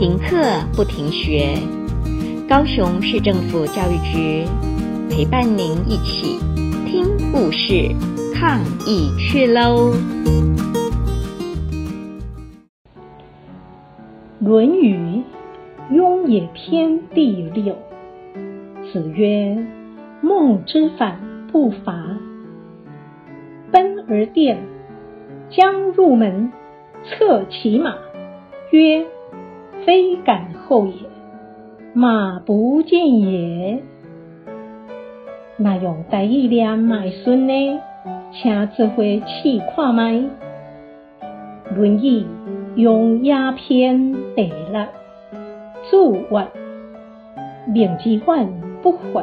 停课不停学，高雄市政府教育局陪伴您一起听故事，抗疫去喽。 论语雍也篇第6，子曰：孟之反不伐。奔而殿，将入门，策其马，曰：非敢后也，马不见也。那用第一念买孙呢，请做伙试看卖。论语雍也篇第6，子曰：命之反不伐。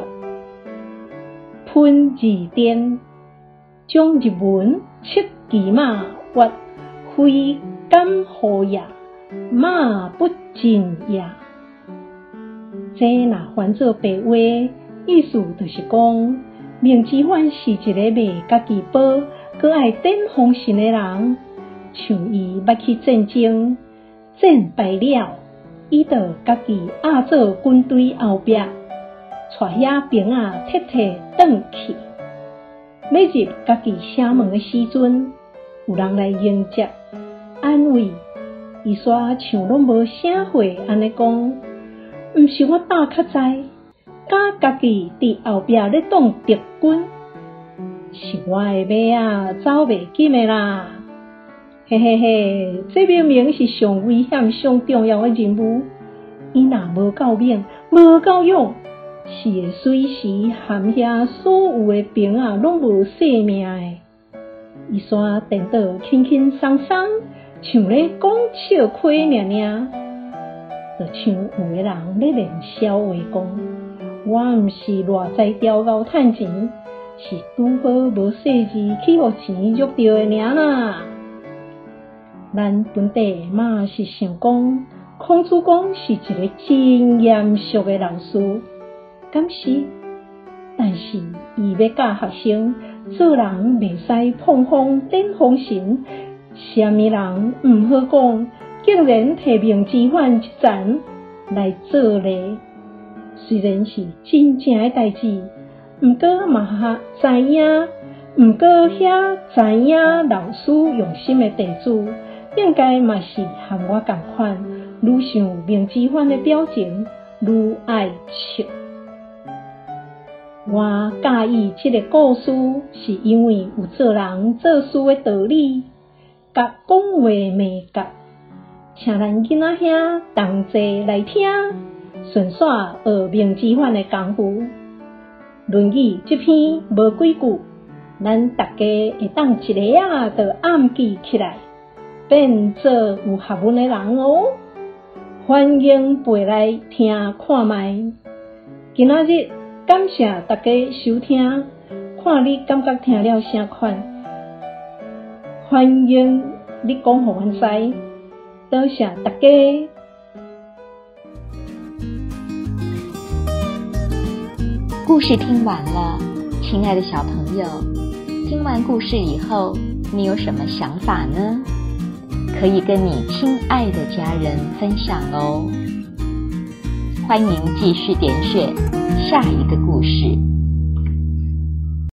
喷而殿，将入门，策其马，曰：非敢后也，马不进也。这若翻做白话，意思就是讲，命之反是一个未家己保，佮爱顶风神的人，像伊捌去战争，战败了，伊就家己压做军队后壁，带遐兵仔撤转去。要入家己城门的时阵，有人来迎接安慰，伊煞像拢无啥话安尼讲，毋是我打较在，敢家己伫后壁咧当敌军，是我的马仔走袂紧的啦。嘿嘿嘿，这明明是上危险、上重要的任务，伊若无够猛、无够勇，是会随时含遐所有的兵仔拢无性命的。伊煞颠倒轻轻松松，像咧讲笑话尔，就像有个人咧练笑话讲，我毋是偌在钓钩趁钱，是拄好无细字去互钱约到的尔啦。咱本地嘛是想讲，孔子公是一个真严肃的老师，敢是？但是伊要教学生，做人袂使碰风顶风神，啥物人毋好讲，竟然摕命之反一层来做例。虽然是真正的代志，毋过嘛知影，老师用心的弟子，应该嘛是和我同款，愈想命之反的表情，愈爱笑。我介意这个故事，是因为有做人做事的道理，甲讲话美感，请咱囡仔兄同齐来听，顺续学命之反的功夫。论语这篇无几句，咱大家会当一个就暗记起来，变做有学问的人哦。欢迎陪来听看卖。今仔日感谢大家收听，看你感觉听了啥款，欢迎你讲互阮知，多谢大家。 故事听完了，亲爱的小朋友，听完故事以后，你有什么想法呢？可以跟你亲爱的家人分享哦。欢迎继续点选下一个故事。